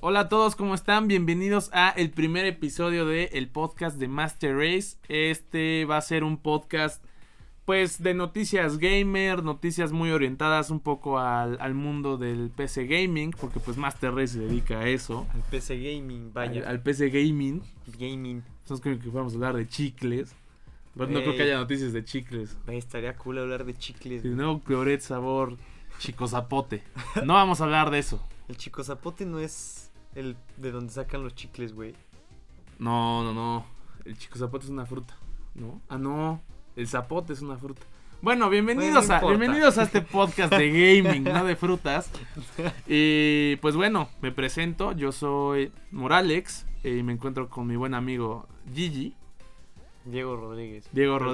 Hola a todos, ¿cómo están? Bienvenidos a el primer episodio de el podcast de Master Race. Este va a ser un podcast pues de noticias gamer, noticias muy orientadas un poco al mundo del PC Gaming, porque pues Master Race se dedica a eso. Al PC Gaming, vaya. Al PC Gaming. Gaming. Entonces creo que fuéramos a hablar de chicles. Pero no creo que haya noticias de chicles. Estaría cool hablar de chicles. Si no, Cloret sabor chico zapote. No vamos a hablar de eso. El chico zapote no es el de donde sacan los chicles, güey. No. El chico zapote es una fruta, ¿no? Ah, no. El zapote es una fruta. Bueno, bienvenidos a este podcast de gaming, no de frutas. Y pues bueno, me presento. Yo soy Moralex y me encuentro con mi buen amigo Gigi. Diego Rodríguez.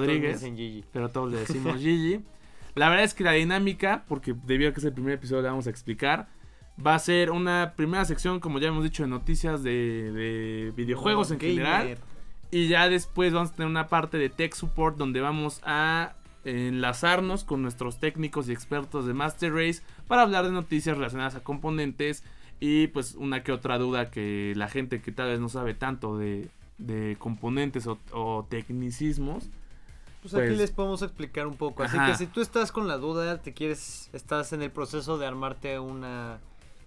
Pero todos le decimos Gigi. La verdad es que la dinámica, porque debido a que es el primer episodio, le vamos a explicar. Va a ser una primera sección, como ya hemos dicho, de noticias de videojuegos en general. Y ya después vamos a tener una parte de tech support donde vamos a enlazarnos con nuestros técnicos y expertos de Master Race para hablar de noticias relacionadas a componentes y pues una que otra duda que la gente que tal vez no sabe tanto de componentes o tecnicismos. Pues aquí les podemos explicar un poco. Así que si tú estás con la duda, estás en el proceso de armarte una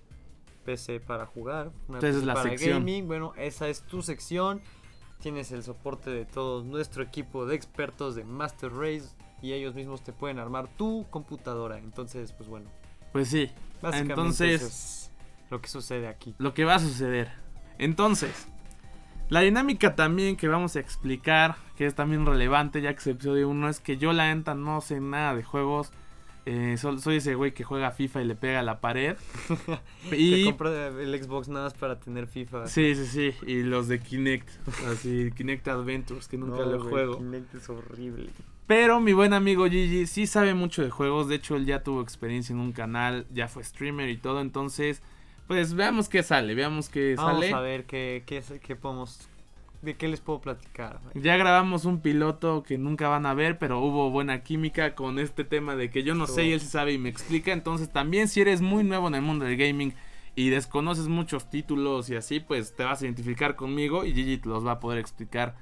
PC para jugar, una PC es la para sección. Gaming, bueno, esa es tu sección. Tienes el soporte de todo nuestro equipo de expertos de Master Race y ellos mismos te pueden armar tu computadora. Entonces, pues bueno. Pues sí. Básicamente entonces, eso es lo que sucede aquí. Lo que va a suceder. Entonces, la dinámica también que vamos a explicar, que es también relevante ya que es el episodio 1, es que yo la neta no sé nada de juegos. Soy ese güey que juega FIFA y le pega a la pared. Y te compra el Xbox nada más para tener FIFA. Sí. Y los de Kinect. Así, Kinect Adventures, que nunca lo juego. Kinect es horrible. Pero mi buen amigo Gigi sí sabe mucho de juegos. De hecho, él ya tuvo experiencia en un canal, ya fue streamer y todo. Entonces, pues veamos qué sale. Vamos a ver qué podemos. ¿De qué les puedo platicar? Ya grabamos un piloto que nunca van a ver, pero hubo buena química con este tema de que yo no sé y él sí sabe y me explica. Entonces también si eres muy nuevo en el mundo del gaming y desconoces muchos títulos y así, pues te vas a identificar conmigo y Gigi te los va a poder explicar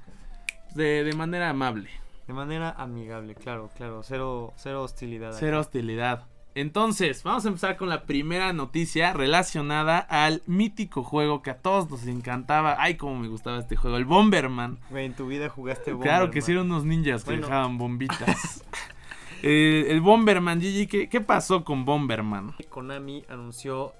de manera amable. De manera amigable, claro. Cero hostilidad. Cero hostilidad. Entonces, vamos a empezar con la primera noticia relacionada al mítico juego que a todos nos encantaba. Ay, cómo me gustaba este juego, el Bomberman. Güey, en tu vida jugaste Bomberman. Claro que sí, eran unos ninjas que dejaban bombitas. El Bomberman, Gigi, ¿qué pasó con Bomberman? Konami anunció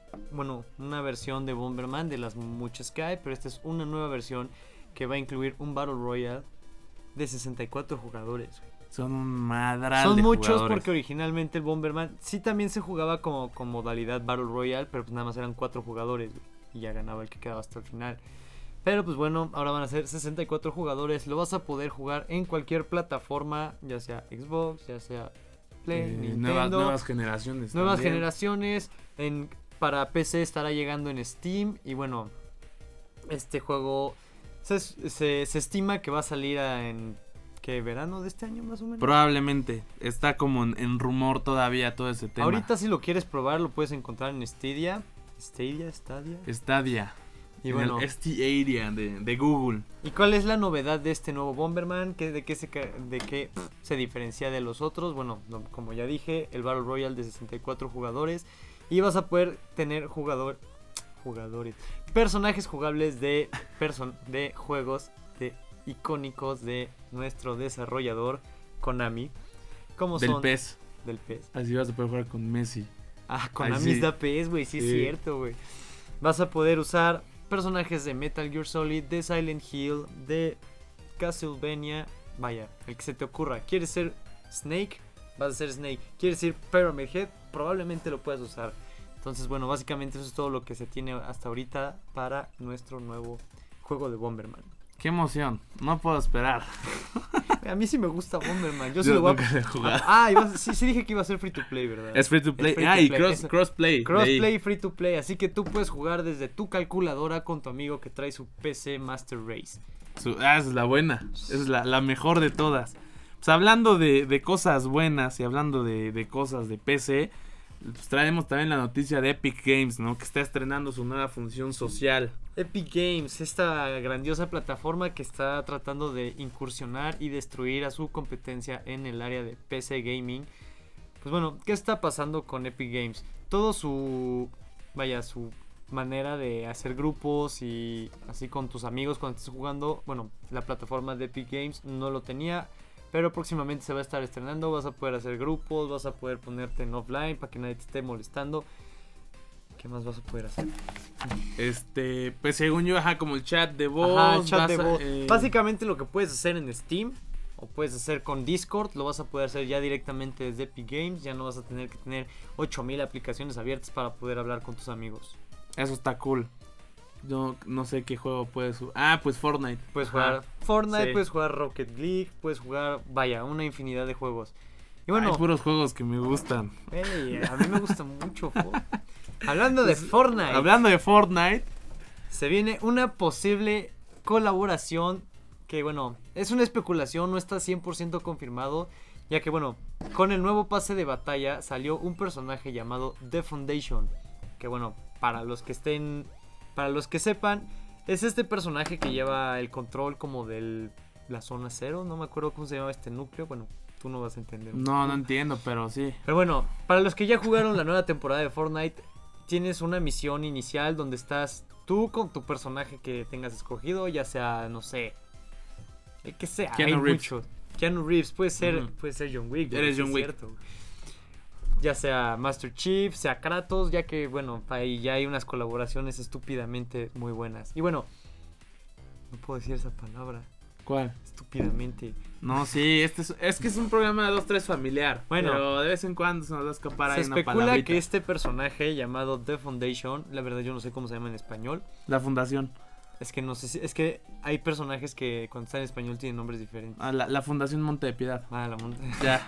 una versión de Bomberman de las muchas que hay, pero esta es una nueva versión que va a incluir un Battle Royale de 64 jugadores, güey. Son un madral Son de muchos jugadores. porque originalmente el Bomberman sí también se jugaba como con modalidad Battle Royale, pero pues nada más eran 4 jugadores, güey, y ya ganaba el que quedaba hasta el final. Pero pues bueno, ahora van a ser 64 jugadores, lo vas a poder jugar en cualquier plataforma, ya sea Xbox, ya sea Play, Nintendo. Nuevas generaciones. Nuevas generaciones, para PC estará llegando en Steam y bueno, este juego se estima que va a salir en... ¿Qué, verano de este año más o menos? Probablemente, está como en rumor todavía todo ese tema. Ahorita si lo quieres probar lo puedes encontrar en Stadia. Y bueno, el Stadia de Google. ¿Y cuál es la novedad de este nuevo Bomberman? ¿De qué se diferencia de los otros? Bueno, como ya dije, el Battle Royale de 64 jugadores. Y vas a poder tener personajes jugables de juegos icónicos de nuestro desarrollador Konami, como del son PES. Del PES. Así vas a poder jugar con Messi. Konami da PES, güey, sí es cierto, güey. Vas a poder usar personajes de Metal Gear Solid, de Silent Hill, de Castlevania, vaya, el que se te ocurra. ¿Quieres ser Snake? Vas a ser Snake. ¿Quieres ser Pyramid Head? Probablemente lo puedas usar. Entonces, bueno, básicamente eso es todo lo que se tiene hasta ahorita para nuestro nuevo juego de Bomberman. Qué emoción, no puedo esperar. A mí sí me gusta Bomberman. Yo sí lo voy a jugar. Sí dije que iba a ser free to play, ¿verdad? Es free to play. Y crossplay. Crossplay, free to play. Así que tú puedes jugar desde tu calculadora con tu amigo que trae su PC Master Race. Esa es la buena. Es la mejor de todas. Pues hablando de cosas buenas y hablando de cosas de PC, pues traemos también la noticia de Epic Games, ¿no? Que está estrenando su nueva función social. Epic Games, esta grandiosa plataforma que está tratando de incursionar y destruir a su competencia en el área de PC gaming. Pues bueno, ¿qué está pasando con Epic Games? Todo su manera de hacer grupos y así con tus amigos cuando estés jugando, bueno, la plataforma de Epic Games no lo tenía, pero próximamente se va a estar estrenando, vas a poder hacer grupos, vas a poder ponerte en offline para que nadie te esté molestando. ¿Qué más vas a poder hacer? Pues según yo, como el chat de voz. Ajá, chat de voz. Básicamente lo que puedes hacer en Steam o puedes hacer con Discord, lo vas a poder hacer ya directamente desde Epic Games. Ya no vas a tener que tener 8000 aplicaciones abiertas para poder hablar con tus amigos. Eso está cool. Yo no sé qué juego puedes jugar. Pues Fortnite. Puedes jugar Fortnite, sí. Puedes jugar Rocket League, puedes jugar, una infinidad de juegos. Y bueno, hay puros juegos que me gustan. A mí me gusta mucho Hablando de Fortnite. Hablando de Fortnite. Se viene una posible colaboración que, bueno, es una especulación, no está 100% confirmado. Ya que, bueno, con el nuevo pase de batalla salió un personaje llamado The Foundation. Que, bueno, para los que sepan, es este personaje que lleva el control como de la zona 0. No me acuerdo cómo se llama este núcleo. Bueno, tú no vas a entender. No entiendo, pero sí. Pero bueno, para los que ya jugaron la nueva temporada de Fortnite, tienes una misión inicial donde estás tú con tu personaje que tengas escogido, ya sea, no sé, el que sea. Keanu Reeves. Keanu Reeves, puede ser John Wick. Eres John Wick. Cierto. Ya sea Master Chief, sea Kratos, ya que, bueno, ahí ya hay unas colaboraciones estúpidamente muy buenas. Y bueno, no puedo decir esa palabra. ¿Cuál? Estúpidamente. No, sí, es que es un programa de 2-3 familiar. Bueno, pero de vez en cuando se nos va a escapar ahí una se especula palabrita. que este personaje llamado The Foundation, la verdad yo no sé cómo se llama en español. La fundación. Es que no sé si, es que hay personajes que cuando están en español tienen nombres diferentes. La Fundación Monte de Piedad. La monta. Ya.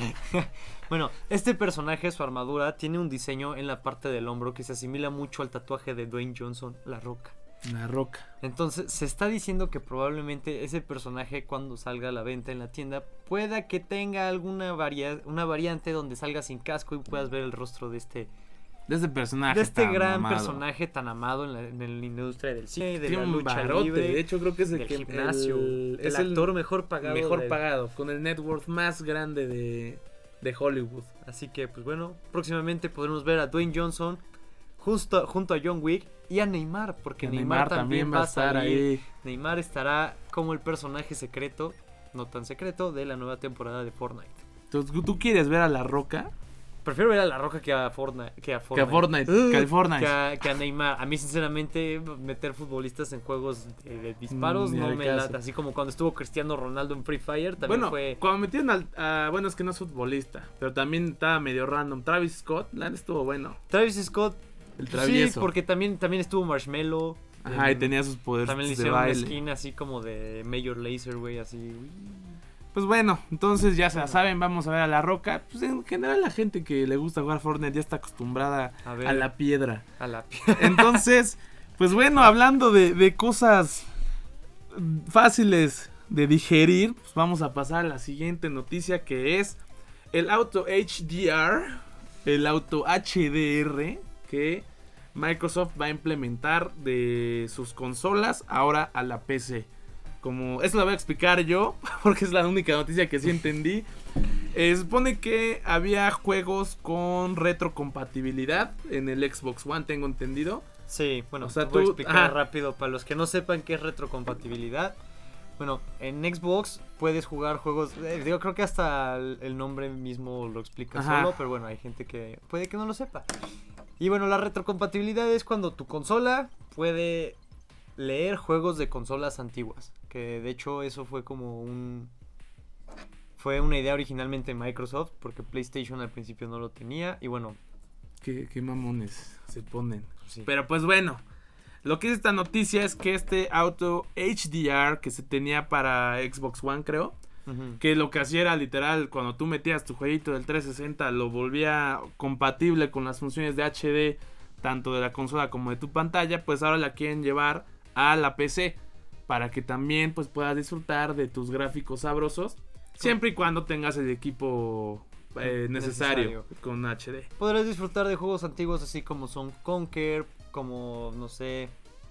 Bueno, este personaje, su armadura, tiene un diseño en la parte del hombro que se asimila mucho al tatuaje de Dwayne Johnson, La Roca. La Roca. Entonces, se está diciendo que probablemente ese personaje, cuando salga a la venta en la tienda, pueda que tenga alguna una variante donde salga sin casco y puedas ver el rostro de este personaje. De este tan gran amado. personaje tan amado en la industria del cine, de Tiene la un lucha barote. libre. De hecho, creo que es el gimnasio. Es el actor mejor pagado. Mejor pagado, con el net worth más grande de Hollywood. Así que, pues bueno, próximamente podremos ver a Dwayne Johnson junto a John Wick y a Neymar, porque Neymar también va a estar ahí. Neymar estará como el personaje secreto, no tan secreto, de la nueva temporada de Fortnite. ¿Tú quieres ver a La Roca? Prefiero ver a La Roca que a Fortnite. Que al Fortnite. Que a Neymar. A mí, sinceramente, meter futbolistas en juegos de disparos no me lata. Así como cuando estuvo Cristiano Ronaldo en Free Fire, también fue... Cuando metieron bueno, es que no es futbolista, pero también estaba medio random. Travis Scott, estuvo bueno. Travis Scott, el travieso. Sí, porque también estuvo Marshmello. Ajá, y tenía sus poderes de baile. También le hicieron una skin así como de Major Lazer, güey, así... Pues bueno, entonces ya se saben, vamos a ver a La Roca. Pues en general la gente que le gusta jugar Fortnite ya está acostumbrada a la piedra. Entonces, pues bueno, hablando de cosas fáciles de digerir, pues vamos a pasar a la siguiente noticia, que es el auto HDR, el auto HDR que Microsoft va a implementar de sus consolas ahora a la PC. Como eso lo voy a explicar yo, porque es la única noticia que sí entendí. Supone que había juegos con retrocompatibilidad en el Xbox One, tengo entendido. Sí, bueno, voy a explicar rápido para los que no sepan qué es retrocompatibilidad. Bueno, en Xbox puedes jugar juegos, yo creo que hasta el nombre mismo lo explica solo, pero bueno, hay gente que puede que no lo sepa. Y bueno, la retrocompatibilidad es cuando tu consola puede leer juegos de consolas antiguas, que de hecho eso fue como fue una idea originalmente de Microsoft, porque PlayStation al principio no lo tenía, y bueno, qué mamones se ponen. Sí. Pero pues bueno, lo que es esta noticia es que este auto HDR que se tenía para Xbox One, creo, que lo que hacía era literal, cuando tú metías tu jueguito del 360, lo volvía compatible con las funciones de HD, tanto de la consola como de tu pantalla, pues ahora la quieren llevar a la PC para que también pues puedas disfrutar de tus gráficos sabrosos, siempre y cuando tengas el equipo necesario con HD. Podrás disfrutar de juegos antiguos así como son Conker, como, no sé...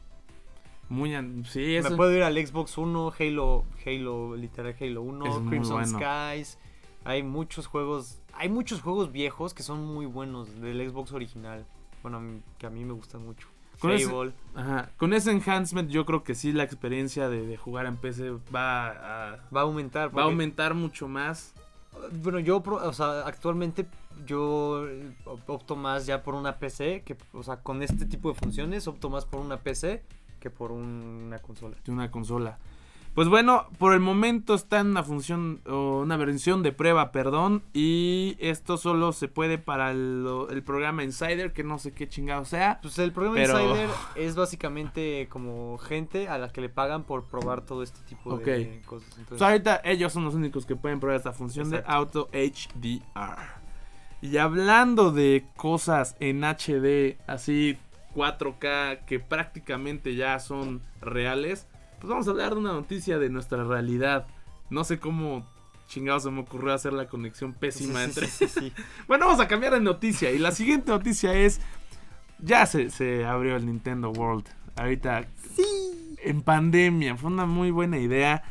Sí, eso... Me puedo ir al Xbox 1, Halo, literal Halo 1, Crimson Skies. Hay muchos juegos viejos que son muy buenos del Xbox original. Bueno, que a mí me gustan mucho. Con ese enhancement yo creo que sí la experiencia de jugar en PC va a aumentar. Va a aumentar mucho más. Bueno, actualmente yo opto más ya por una PC, con este tipo de funciones opto más por una PC que por una consola. Pues bueno, por el momento está en una versión de prueba, y esto solo se puede para el programa Insider, que no sé qué chingado sea. Pues el programa Insider es básicamente como gente a la que le pagan por probar todo este tipo de cosas. Entonces... Pues ahorita ellos son los únicos que pueden probar esta función de Auto HDR. Y hablando de cosas en HD, así 4K, que prácticamente ya son reales, pues vamos a hablar de una noticia de nuestra realidad. No sé cómo chingados se me ocurrió hacer la conexión pésima entre... Sí. Bueno, vamos a cambiar de noticia. Y la siguiente noticia es... Ya se abrió el Nintendo World. Ahorita... Sí. En pandemia. Fue una muy buena idea.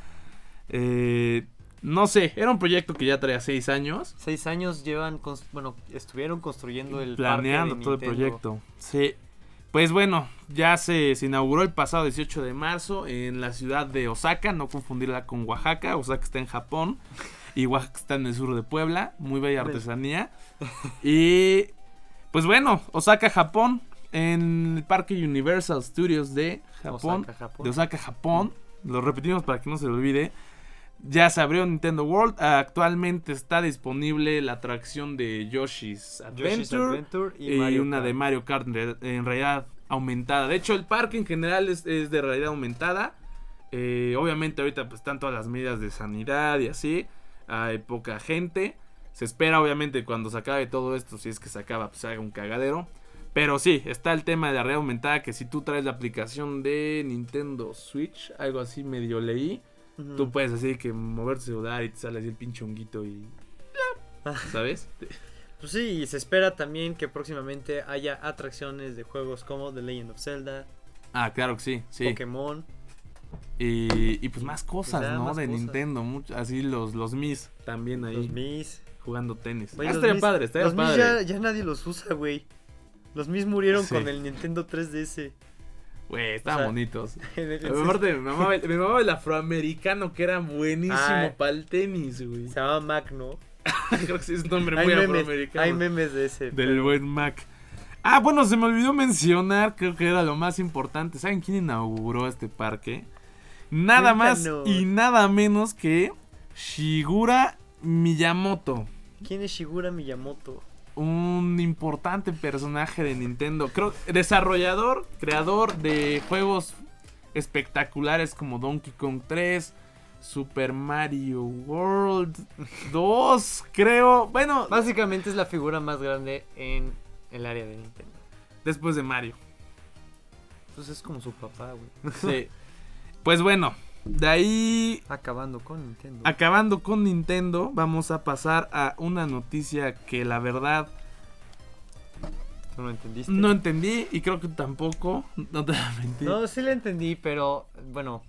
No sé, era un proyecto que ya traía 6 años. 6 años estuvieron construyendo el planeando parque de todo el Nintendo. proyecto. Sí. Pues bueno, ya se inauguró el pasado 18 de marzo en la ciudad de Osaka, no confundirla con Oaxaca. Osaka está en Japón y Oaxaca está en el sur de Puebla, muy bella artesanía. Y pues bueno, Osaka, Japón, en el parque Universal Studios de Japón, de Osaka, Japón. Lo repetimos para que no se lo olvide. Ya se abrió Nintendo World. Actualmente está disponible la atracción de Yoshi's Adventure y una de Mario Kart en realidad aumentada. De hecho, el parque en general es de realidad aumentada. Obviamente ahorita pues están todas las medidas de sanidad y así. Hay poca gente. Se espera obviamente cuando se acabe todo esto, si es que se acaba, pues se haga un cagadero. Pero sí, está el tema de la realidad aumentada, que si tú traes la aplicación de Nintendo Switch, algo así medio leí. Tú puedes así que mover tu celular y te sale así el pinche honguito y... ¿Sabes? Pues sí, y se espera también que próximamente haya atracciones de juegos como The Legend of Zelda. Ah, claro que sí. Pokémon. Y pues más cosas, pues ¿no? más de cosas. Nintendo. Así los Mis también ahí. Los Mis. Jugando tenis. Estaría padre. Los Mis ya nadie los usa, güey. Los Mis murieron con el Nintendo 3DS. Güey, estaban bonitos. Aparte, me mamaba el afroamericano que era buenísimo para el tenis, güey. Se llama Mac, ¿no? Creo que sí es un nombre muy afroamericano. Hay memes de ese. Del buen Mac. Ah, bueno, se me olvidó mencionar, creo que era lo más importante. ¿Saben quién inauguró este parque? Nada más y nada menos que Shigeru Miyamoto. ¿Quién es Shigeru Miyamoto? Un importante personaje de Nintendo. Creo desarrollador, creador de juegos espectaculares como Donkey Kong 3, Super Mario World 2, creo. Bueno, básicamente es la figura más grande en el área de Nintendo. Después de Mario. Pues es como su papá, güey. Sí. Pues bueno, de ahí... Acabando con Nintendo, vamos a pasar a una noticia que la verdad... ¿Tú no entendiste? No entendí y creo que tampoco, no te voy a mentir. No, sí la entendí, pero bueno...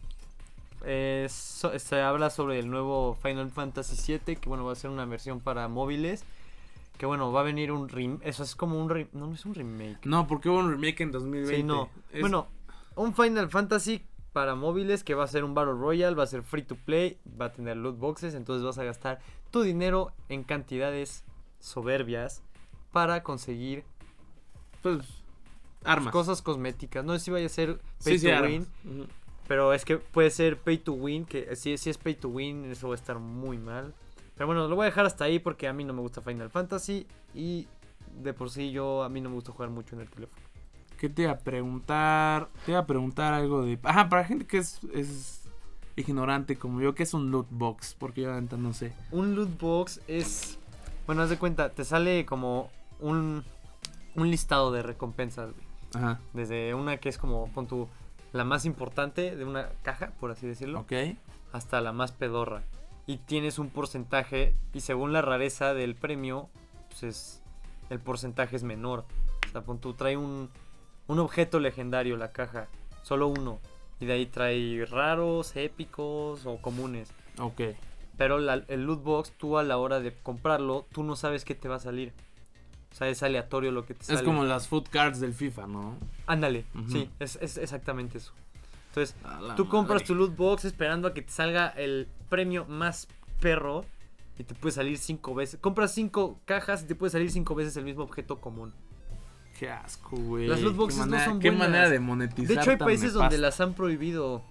se habla sobre el nuevo Final Fantasy VII, que bueno, va a ser una versión para móviles. Que bueno, va a venir eso es como un no es un remake. No, porque hubo un remake en 2020. Sí, no. Bueno, un Final Fantasy para móviles que va a ser un Battle Royale, va a ser free to play, va a tener loot boxes, entonces vas a gastar tu dinero en cantidades soberbias para conseguir pues armas, cosas cosméticas. No sé si vaya a ser pay to win, pero es que puede ser pay to win, que si es pay to win eso va a estar muy mal. Pero bueno, lo voy a dejar hasta ahí porque a mí no me gusta Final Fantasy y de por sí a mí no me gusta jugar mucho en el teléfono. ¿Qué te iba a preguntar? Te iba a preguntar algo de... Ajá, para gente que es ignorante como yo, ¿qué es un loot box? Porque yo no sé. Un loot box es... Bueno, haz de cuenta, te sale como un listado de recompensas, güey. Ajá. Desde una que es como, pon tú, la más importante de una caja, por así decirlo. Ok. Hasta la más pedorra. y tienes un porcentaje y según la rareza del premio, pues el porcentaje es menor. O sea, pon tú, trae un objeto legendario la caja, solo uno, y de ahí trae raros, épicos o comunes. Ok. Pero el loot box, tú a la hora de comprarlo, tú no sabes qué te va a salir. O sea, es aleatorio lo que te sale. Es como las food cards del FIFA, ¿no? Ándale, Ujú. sí, es exactamente eso. Entonces, A la tú compras madre. tu loot box esperando a que te salga el premio más perro y te puede salir 5 veces. Compras 5 cajas y te puede salir 5 veces el mismo objeto común. Qué asco, güey. Las loot boxes no son Qué buenas. manera de monetizar. De hecho, hay tan países donde nefasta. las han prohibido.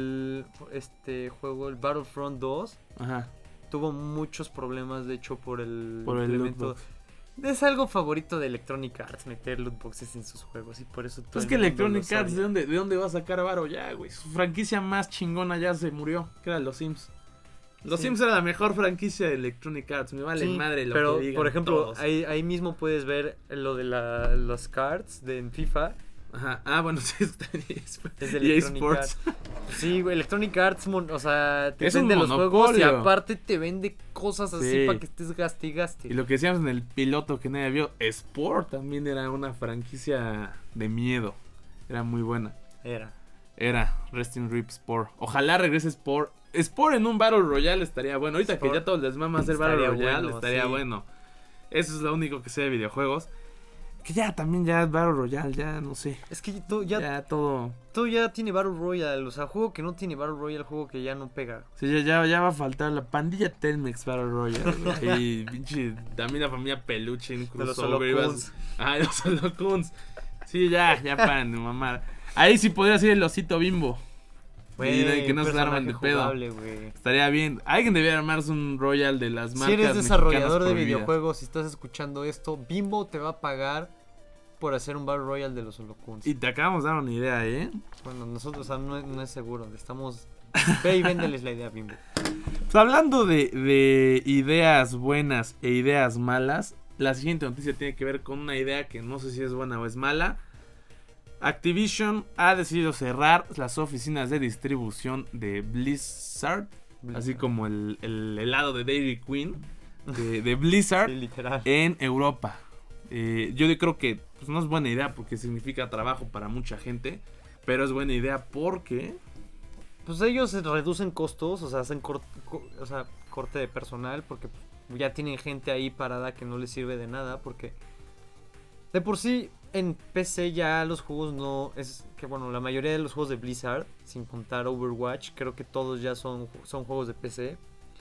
Este juego, el Battlefront 2, Ajá. tuvo muchos problemas, de hecho, por el Por el loot implemento. box. Es algo favorito de Electronic Arts meter loot boxes en sus juegos y por eso todo Pues el que mundo Electronic los Arts, odia. ¿de dónde va a sacar varo ya, güey? Su franquicia más chingona ya se murió, que era Los Sims. Los Sí. Sims era la mejor franquicia de Electronic Arts, me vale Sí, madre lo pero que digan por ejemplo, todos. ahí mismo puedes ver lo de los cards en FIFA. Ajá. Ah, bueno, sí, está en Es de EA Electronic Sports. Sí, güey, Electronic Arts, o sea, te Es un vende los juegos y monopolio. aparte te vende cosas así Sí. para que estés gaste y gaste. Y lo que decíamos en el piloto que nadie vio, Sport también era una franquicia de miedo. Era muy buena. Era Rest in Rip Sport. Ojalá regrese Sport. Sport en un Battle Royale estaría bueno. Ahorita Sport que ya todos les mama hacer Battle estaría Royale, bueno, estaría sí. bueno. Eso es lo único que sé de videojuegos. Que ya también ya Battle Royale, ya no sé. Es que todo Ya todo. ya tiene Battle Royale, o sea, juego que no tiene Battle Royale, juego que ya no pega. Sí, ya va a faltar la pandilla Telmex Battle Royale. güey. Y pinche, también la familia Peluche en De los crossover. Holocuns. Los Holocuns. Sí, ya paran de mamar. Ahí sí podría ser el osito Bimbo. Y que no se arman de pedo. Jugable, güey. Estaría bien. Alguien debería armarse un Royal de las marcas. Si eres desarrollador mexicanas de prohibidas. videojuegos y estás escuchando esto, Bimbo te va a pagar por hacer un Battle Royale de los Holocuns. Y te acabamos de dar una idea, ¿eh? Bueno, nosotros no es seguro, estamos... Ve y véndeles la idea a Bimbo. Pues hablando de ideas buenas e ideas malas, la siguiente noticia tiene que ver con una idea que no sé si es buena o es mala. Activision ha decidido cerrar las oficinas de distribución de Blizzard, así como el helado de Dairy Queen de Blizzard Sí, literal. en Europa. Yo creo que pues, no es buena idea porque significa trabajo para mucha gente, pero es buena idea porque... Pues ellos reducen costos, o sea, hacen corte de personal porque ya tienen gente ahí parada que no les sirve de nada porque de por sí en PC ya los juegos no es que bueno, la mayoría de los juegos de Blizzard, sin contar Overwatch, creo que todos ya son juegos de PC.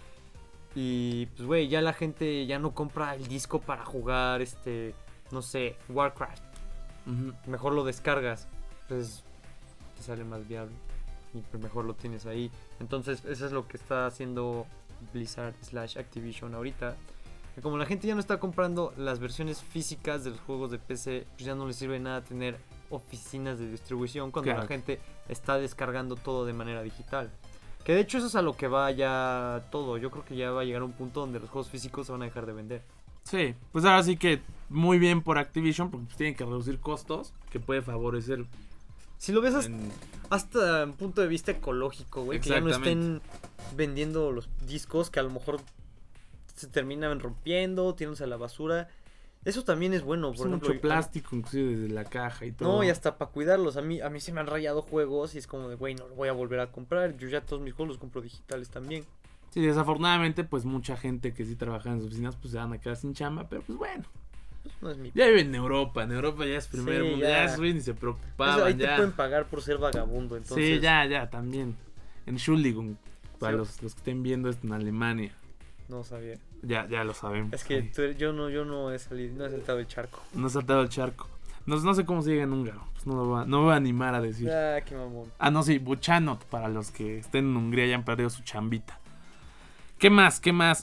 Y pues güey, ya la gente ya no compra el disco para jugar no sé, Warcraft. Mejor lo descargas, pues te sale más viable y pues mejor lo tienes ahí. Entonces eso es lo que está haciendo Blizzard / Activision ahorita. Que como la gente ya no está comprando las versiones físicas de los juegos de PC, pues ya no les sirve nada tener oficinas de distribución cuando Claro. la gente está descargando todo de manera digital. Que de hecho eso es a lo que va ya todo. Yo creo que ya va a llegar un punto donde los juegos físicos se van a dejar de vender. Sí, pues ahora sí que muy bien por Activision porque pues, tienen que reducir costos, que puede favorecer Si lo ves en- hasta un punto de vista ecológico, güey, que ya no estén vendiendo los discos que a lo mejor se terminan rompiendo, tirándose a la basura. Eso también es bueno, es por ejemplo. mucho plástico inclusive desde la caja y todo. No, y hasta para cuidarlos. A mí se me han rayado juegos y es como de, güey, no lo voy a volver a comprar. Yo ya todos mis juegos los compro digitales también. Sí, desafortunadamente pues mucha gente que sí trabaja en sus oficinas pues se van a quedar sin chamba, pero pues bueno. Pues no es mi... Ya viven en Europa ya es primer Sí, mundo, ya. ya esos güeyes ni se Pues preocupaban ahí te ya. pueden pagar por ser vagabundo, entonces... Sí, ya, también. En Entschuldigung, para Sí. los que estén viendo esto en Alemania. No sabía. Ya lo sabemos. Es que Ahí. yo no he salido, no he saltado el charco. No ha saltado el charco. No sé cómo se diga en húngaro. Pues no me voy a animar a decir. Ah, qué mamón. Ah, no, sí, Buchanot, para los que estén en Hungría y han perdido su chambita. ¿Qué más?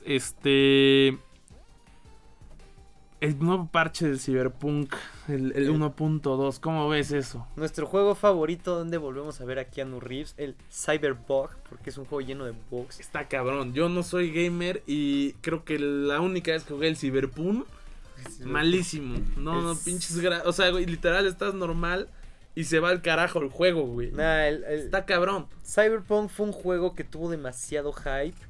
El nuevo parche del Cyberpunk, el 1.2, ¿cómo ves eso? Nuestro juego favorito donde volvemos a ver a Keanu Reeves, el Cyberbug, porque es un juego lleno de bugs. Está cabrón, yo no soy gamer y creo que la única vez que jugué el Cyberpunk, malísimo. No, pinches o sea, güey, literal estás normal y se va al carajo el juego, güey. Nah, Está cabrón. Cyberpunk fue un juego que tuvo demasiado hype.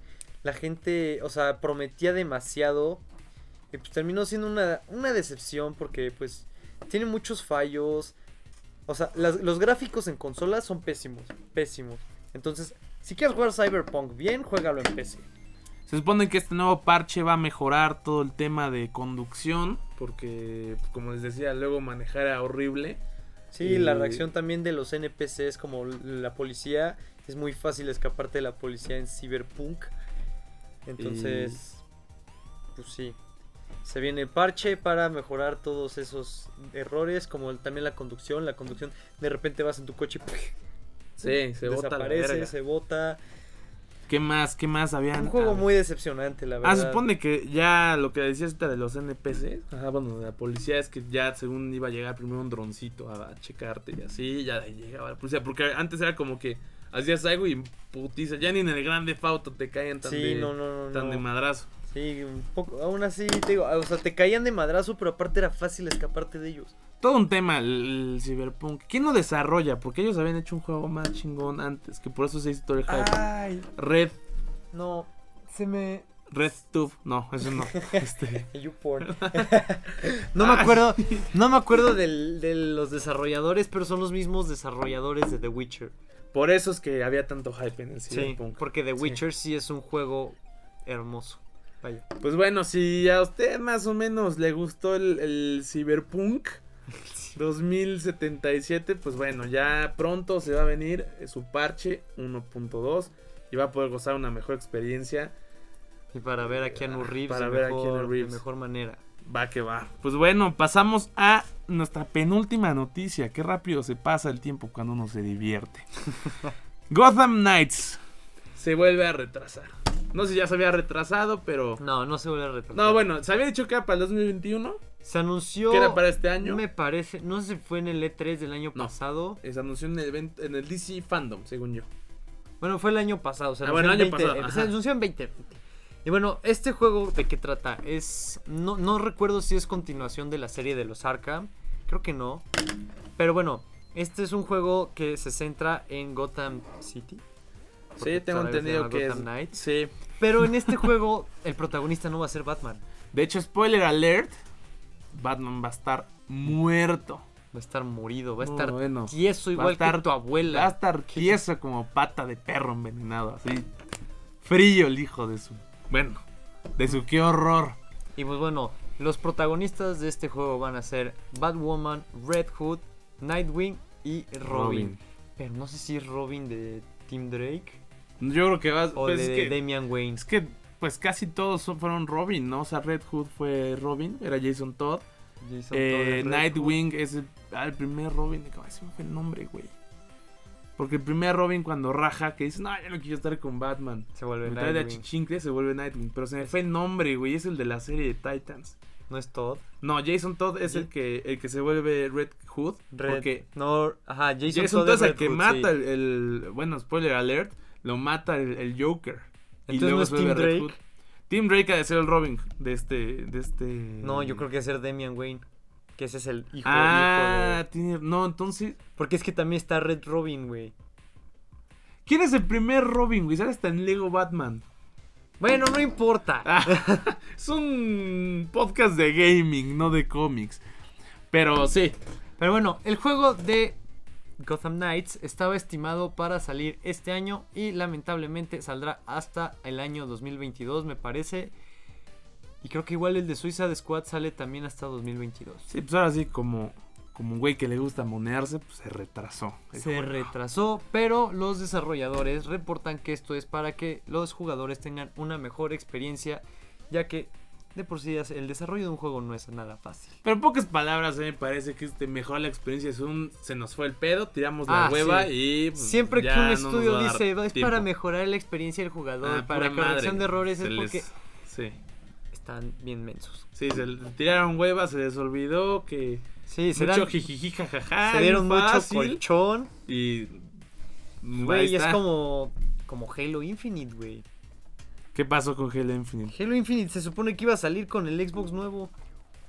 la gente, o sea, prometía demasiado y pues terminó siendo una decepción porque pues tiene muchos fallos. O sea, los gráficos en consolas son pésimos, pésimos. Entonces, si quieres jugar Cyberpunk bien, juégalo en PC. Se supone que este nuevo parche va a mejorar todo el tema de conducción, porque, como les decía, luego manejar era horrible. Sí, la reacción también de los NPCs como la policía. Es muy fácil escaparte de la policía en Cyberpunk. Entonces, pues sí. Se viene el parche para mejorar todos esos errores, como también la conducción. La conducción, de repente vas en tu coche y sí, se bota la verga. desaparece, se bota. ¿Qué más habían? Un juego muy decepcionante, la verdad. Se supone que ya lo que decías ahorita de los NPC, bueno, de la policía, es que ya según iba a llegar primero un droncito a checarte y así, ya llegaba la policía, porque antes era como que hacías algo y putiza, ya ni en el Grand Theft Auto te caían tan de madrazo. Sí, un poco, aún así, te digo, o sea, te caían de madrazo, pero aparte era fácil escaparte de ellos. Todo un tema el Cyberpunk. ¿Quién lo desarrolla? Porque ellos habían hecho un juego más chingón antes, que por eso se hizo todo el hype. Ay. Red. No, se me... RedTube, no, eso no. YouPorn. No me acuerdo de los desarrolladores, pero son los mismos desarrolladores de The Witcher. Por eso es que había tanto hype en el Cyberpunk. Sí, porque The Witcher sí es un juego hermoso. Vaya. Pues bueno, si a usted más o menos le gustó el Cyberpunk 2077, pues bueno, ya pronto se va a venir su parche 1.2 y va a poder gozar una mejor experiencia. Y para ver a Keanu Reeves, de mejor manera. Va que va. Pues bueno, pasamos a nuestra penúltima noticia. Qué rápido se pasa el tiempo cuando uno se divierte. Gotham Knights se vuelve a retrasar. No sé si ya se había retrasado, pero... No se vuelve a retrasar. No, bueno, se había dicho que era para el 2021. Se anunció... ¿Que era para este año? Me parece... No sé si fue en el E3 del año pasado. Se anunció en el DC Fandom, según yo. Bueno, fue el año pasado. Se anunció en 2020. Y bueno, este juego, ¿de qué trata? No recuerdo si es continuación de la serie de los Arkham. Creo que no. Pero bueno, este es un juego que se centra en Gotham City. Sí, tengo entendido que Gotham Knights. Sí. Pero en este juego, el protagonista no va a ser Batman. De hecho, spoiler alert, Batman va a estar muerto. Va a estar morido, va a estar tieso igual que tu abuela. Va a estar tieso como pata de perro envenenado, así. Frío el hijo de su... Bueno, de su qué horror. Y pues bueno, los protagonistas de este juego van a ser Batwoman, Red Hood, Nightwing y Robin. Pero no sé si es Robin de Tim Drake. Yo creo que va o pues de Damian Wayne. Es que pues casi todos fueron Robin, ¿no? O sea, Red Hood fue Robin, era Jason Todd. Nightwing Hood. Es el primer Robin. ¿Cómo se me fue el nombre, güey? Porque el primer Robin cuando raja, que dice, no, ya no quiero estar con Batman. Se vuelve Nightwing. De achichincle, se vuelve Nightwing. Pero se me fue el nombre, güey. Es el de la serie de Titans. ¿No es Todd? No, Jason Todd es el que se vuelve Red Hood. Porque Jason Todd es el que mata bueno, spoiler alert, lo mata el Joker. Entonces y luego no es Tim Drake. Hood. Tim Drake ha de ser el Robin de este. No, yo creo que va a ser Damian Wayne. Que ese es el hijo de... No, entonces... Porque es que también está Red Robin, güey. ¿Quién es el primer Robin, güey? Sale hasta en Lego Batman. Bueno, no importa. Es un podcast de gaming, no de cómics. Pero sí. Pero bueno, el juego de Gotham Knights estaba estimado para salir este año y lamentablemente saldrá hasta el año 2022, me parece. Y creo que igual el de Suicide Squad sale también hasta 2022. Sí, pues ahora sí, como un güey que le gusta monearse, pues se retrasó. Pero los desarrolladores reportan que esto es para que los jugadores tengan una mejor experiencia, ya que de por sí el desarrollo de un juego no es nada fácil. Pero en pocas palabras, me parece que mejor la experiencia se nos fue el pedo, tiramos la hueva y... Pues, siempre que un estudio dice, es tiempo para mejorar la experiencia del jugador, para corrección de errores, es porque... Sí. Están bien mensos. Sí, se tiraron huevas, se les olvidó que... Sí, mucho jijiji, jajaja. Se dieron mucho colchón. Y... Güey, es como Halo Infinite, güey. ¿Qué pasó con Halo Infinite? Halo Infinite se supone que iba a salir con el Xbox nuevo.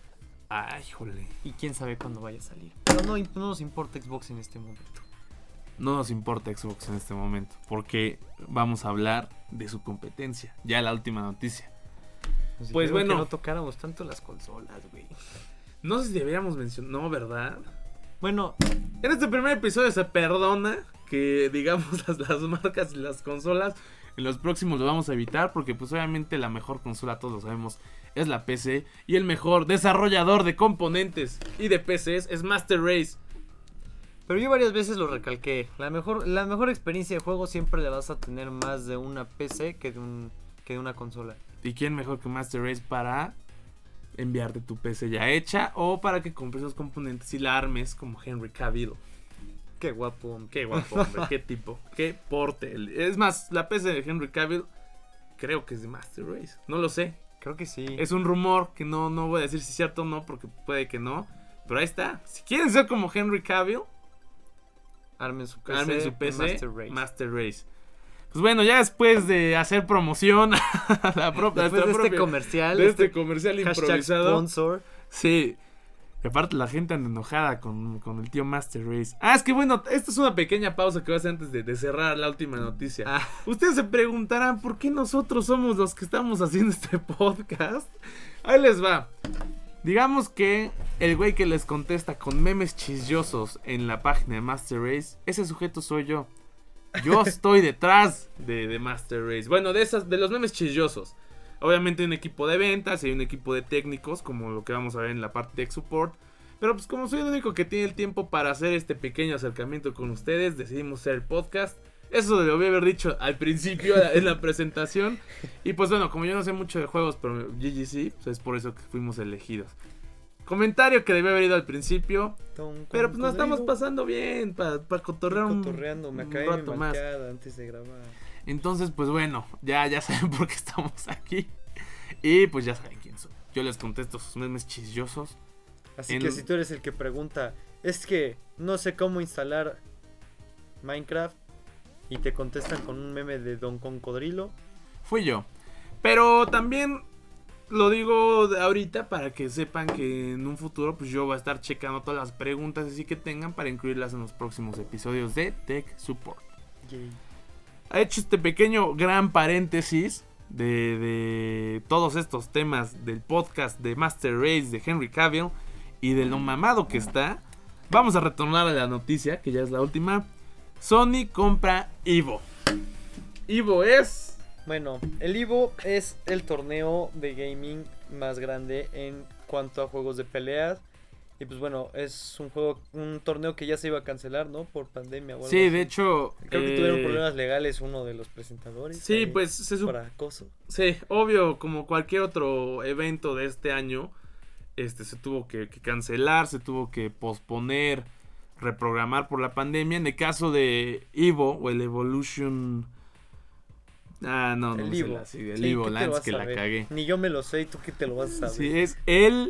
Ay, jole. Y quién sabe cuándo vaya a salir. Pero no nos importa Xbox en este momento. no nos importa Xbox en este momento, porque vamos a hablar de su competencia. Ya la última noticia. Pues bueno, que no tocáramos tanto las consolas, güey. No sé si deberíamos mencionar, no, ¿verdad? Bueno, en este primer episodio se perdona que digamos las marcas y las consolas. En los próximos lo vamos a evitar porque pues obviamente la mejor consola, todos lo sabemos, es la PC. Y el mejor desarrollador de componentes y de PCs es Master Race. Pero yo varias veces lo recalqué. La mejor experiencia de juego siempre la vas a tener más de una PC que de una consola. ¿Y quién mejor que Master Race para enviarte tu PC ya hecha o para que compres los componentes y la armes como Henry Cavill? Qué guapo, hombre. Qué guapo, hombre. Qué tipo. Qué porte. Es más, la PC de Henry Cavill creo que es de Master Race. No lo sé. Creo que sí. Es un rumor que no voy a decir si es cierto o no porque puede que no. Pero ahí está. Si quieren ser como Henry Cavill, armen su PC Master Race. Pues bueno, ya después de hacer promoción después de este comercial. De este comercial improvisado. Sponsor. Sí. Y aparte la gente anda enojada con el tío Master Race. Es que bueno, esta es una pequeña pausa que voy a hacer antes de cerrar la última noticia. Ustedes se preguntarán por qué nosotros somos los que estamos haciendo este podcast. Ahí les va. Digamos que el güey que les contesta con memes chillosos en la página de Master Race, ese sujeto soy yo. Yo estoy detrás de Master Race. Bueno, de los memes chillosos. Obviamente hay un equipo de ventas y hay un equipo de técnicos, como lo que vamos a ver en la parte de Tech Support. Pero pues como soy el único que tiene el tiempo para hacer este pequeño acercamiento con ustedes, decidimos hacer el podcast. Eso lo voy a haber dicho al principio en la presentación. Y pues bueno, como yo no sé mucho de juegos, pero GG sí, pues es por eso que fuimos elegidos. Comentario que debía haber ido al principio. Pero pues nos estamos pasando bien para cotorrear me acabé mi marcada antes de grabar. Entonces pues bueno, ya saben por qué estamos aquí. Y pues ya saben quién soy. Yo les contesto sus memes chillosos. Así que si tú eres el que pregunta, es que no sé cómo instalar Minecraft, y te contestan con un meme de Don Concodrilo, fui yo. Pero también lo digo ahorita para que sepan que en un futuro pues yo voy a estar checando todas las preguntas así que tengan para incluirlas en los próximos episodios de Tech Support. Yay. Ha hecho este pequeño gran paréntesis de todos estos temas del podcast de Master Race de Henry Cavill y de lo mamado que está. Vamos a retornar a la noticia, que ya es la última. Sony compra EVO. EVO es... Bueno, el EVO es el torneo de gaming más grande en cuanto a juegos de peleas. Y pues bueno, es un torneo que ya se iba a cancelar, ¿no? Por pandemia o algo Sí, así. de hecho... Creo que tuvieron problemas legales uno de los presentadores. Sí, pues... por acoso. Sí, obvio, como cualquier otro evento de este año, se tuvo que cancelar, se tuvo que posponer, reprogramar por la pandemia. En el caso de EVO o el Evolution... no el Evo. El EVO Lance, que la cagué. Ni yo me lo sé, ¿y tú qué te lo vas a saber? Sí, es el...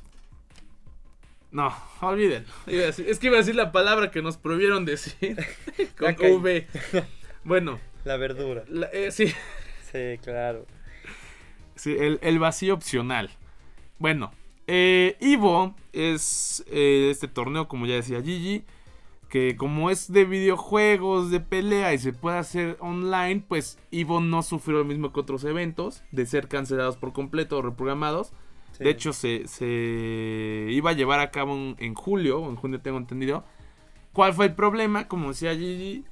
No, olvídenlo. Es que iba a decir la palabra que nos prohibieron decir con V. Bueno. La verdura. Sí. Sí, claro. Sí, el vacío opcional. Bueno, EVO es este torneo, como ya decía Gigi, que como es de videojuegos, de pelea y se puede hacer online, pues EVO no sufrió lo mismo que otros eventos de ser cancelados por completo o reprogramados. Sí. De hecho, se iba a llevar a cabo en julio, o en junio tengo entendido. ¿Cuál fue el problema? Como decía Gigi,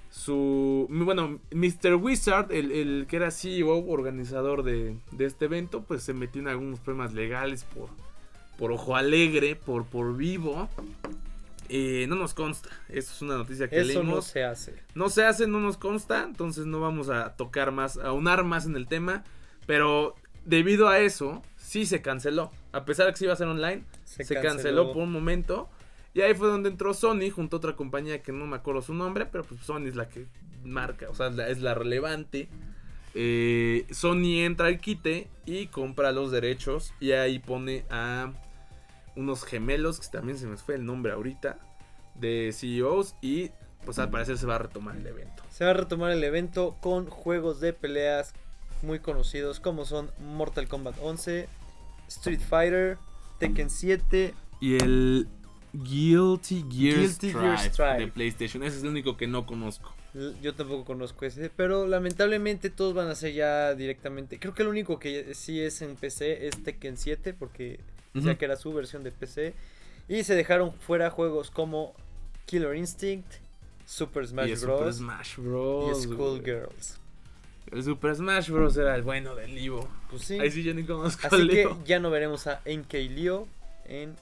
Mr. Wizard, el que era CEO, organizador de este evento, pues se metió en algunos problemas legales por ojo alegre, por vivo. No nos consta, eso es una noticia que leímos. Eso no se hace. No se hace, no nos consta, entonces no vamos a tocar más, a aunar más en el tema, pero debido a eso, sí se canceló. A pesar de que se iba a hacer online, se canceló por un momento. Y ahí fue donde entró Sony junto a otra compañía que no me acuerdo su nombre, pero pues Sony es la que marca, o sea, es la relevante. Sony entra al quite y compra los derechos y ahí pone a unos gemelos, que también se me fue el nombre ahorita, de CEOs, y pues al parecer se va a retomar el evento. Se va a retomar el evento con juegos de peleas muy conocidos como son Mortal Kombat 11, Street Fighter, Tekken 7 y el Guilty Gear Guilty Gear Strive Strive. de PlayStation. Ese es el único que no conozco. Yo tampoco conozco ese, pero lamentablemente todos van a ser ya directamente. Creo que el único que sí es en PC es Tekken 7, porque ya que era su versión de PC. Y se dejaron fuera juegos como Killer Instinct, Super Smash Bros. Super Smash Bros. Y Skullgirls. El Super Smash Bros. Era el bueno del Evo. Pues sí. Ahí sí yo ni conozco Así al que Evo. ya no veremos a NK Leo en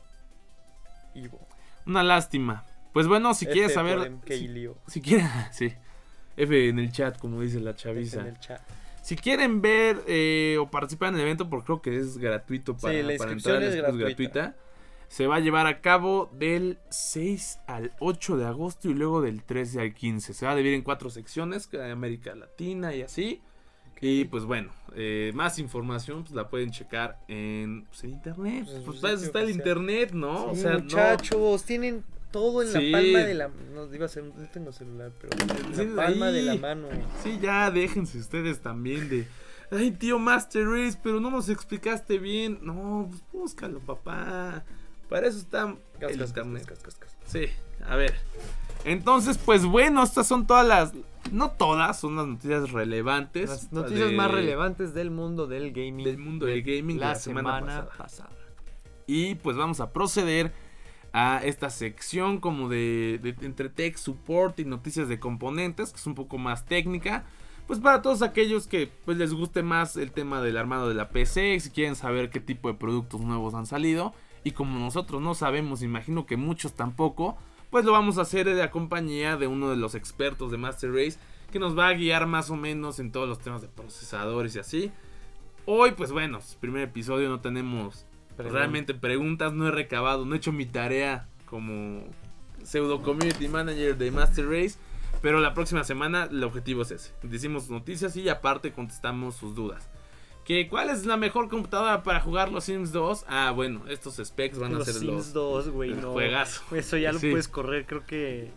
Evo. Una lástima. Pues bueno, si quieres F por saber. MK Leo. Si quieren. Sí. F en el chat, como dice la F chaviza. en el chat. Si quieren ver o participar en el evento, porque creo que es gratuito para, Sí, la para inscripción entrar, es gratuita. se va a llevar a cabo del 6 al 8 de agosto y luego del 13 al 15. Se va a dividir en 4 secciones, América Latina y así. Y pues bueno, más información pues la pueden checar en, pues, en internet. Pues para eso está el internet, ¿no? Sí, O sea, muchachos, tienen todo en Sí. la palma de la... No, iba a ser, no tengo celular, pero en Sí, la palma ahí. de la mano. Sí, ya déjense ustedes también de... Ay, tío Master Race, pero no nos explicaste bien. No, pues búscalo, papá. Para eso está el internet. Sí, a ver. Entonces, pues bueno, estas son todas las... No todas, son las noticias relevantes. Las noticias más relevantes del mundo del gaming. Del mundo del gaming de la la semana pasada. Y pues vamos a proceder a esta sección como de entre tech support y noticias de componentes, que es un poco más técnica. Pues para todos aquellos que pues les guste más el tema del armado de la PC, si quieren saber qué tipo de productos nuevos han salido. Y como nosotros no sabemos, imagino que muchos tampoco, pues lo vamos a hacer de la compañía de uno de los expertos de Master Race, que nos va a guiar más o menos en todos los temas de procesadores y así. Hoy pues bueno, primer episodio, no tenemos realmente preguntas, no he recabado, no he hecho mi tarea como pseudo community manager de Master Race. Pero la próxima semana el objetivo es ese. Decimos noticias y aparte contestamos sus dudas. ¿Cuál es la mejor computadora para jugar los Sims 2? Ah, bueno, estos specs van a ser los Sims 2, güey, no. Juegazo. Eso ya lo Sí. puedes correr, creo que...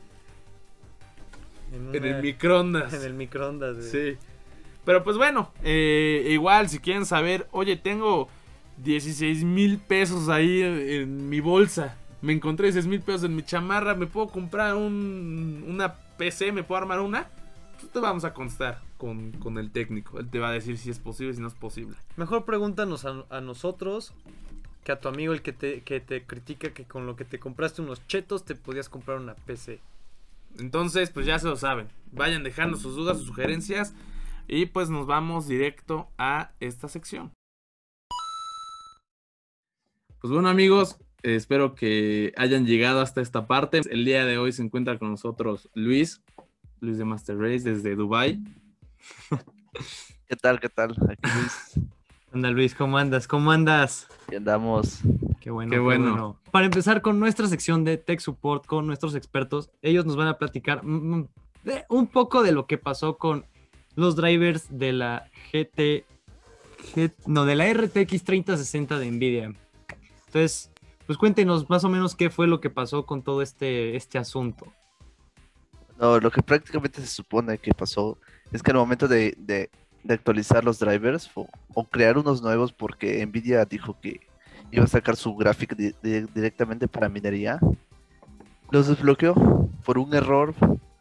En el microondas. En el microondas, güey. Sí. Pero pues bueno, igual si quieren saber, oye, tengo 16,000 pesos ahí en mi bolsa. Me encontré 16,000 pesos en mi chamarra. ¿Me puedo comprar una PC? ¿Me puedo armar una? Pues te vamos a contestar con el técnico. Él te va a decir si es posible, si no es posible. Mejor pregúntanos a nosotros que a tu amigo el que te critica que con lo que te compraste unos chetos te podías comprar una PC. Entonces, pues ya se lo saben. Vayan dejando sus dudas, sus sugerencias. Y pues nos vamos directo a esta sección. Pues bueno, amigos, espero que hayan llegado hasta esta parte. El día de hoy se encuentra con nosotros Luis de Master Race desde Dubai. ¿Qué tal? ¿Qué tal? Aquí Luis. Anda Luis, ¿cómo andas? ¿Cómo andas? Y andamos. Qué bueno, Qué bueno. Para empezar con nuestra sección de Tech Support con nuestros expertos, ellos nos van a platicar un poco de lo que pasó con los drivers de la de la RTX 3060 de Nvidia. Entonces, pues cuéntenos más o menos qué fue lo que pasó con todo este asunto. No, lo que prácticamente se supone que pasó es que al momento de actualizar los drivers o crear unos nuevos, porque Nvidia dijo que iba a sacar su gráfica directamente para minería, los desbloqueó por un error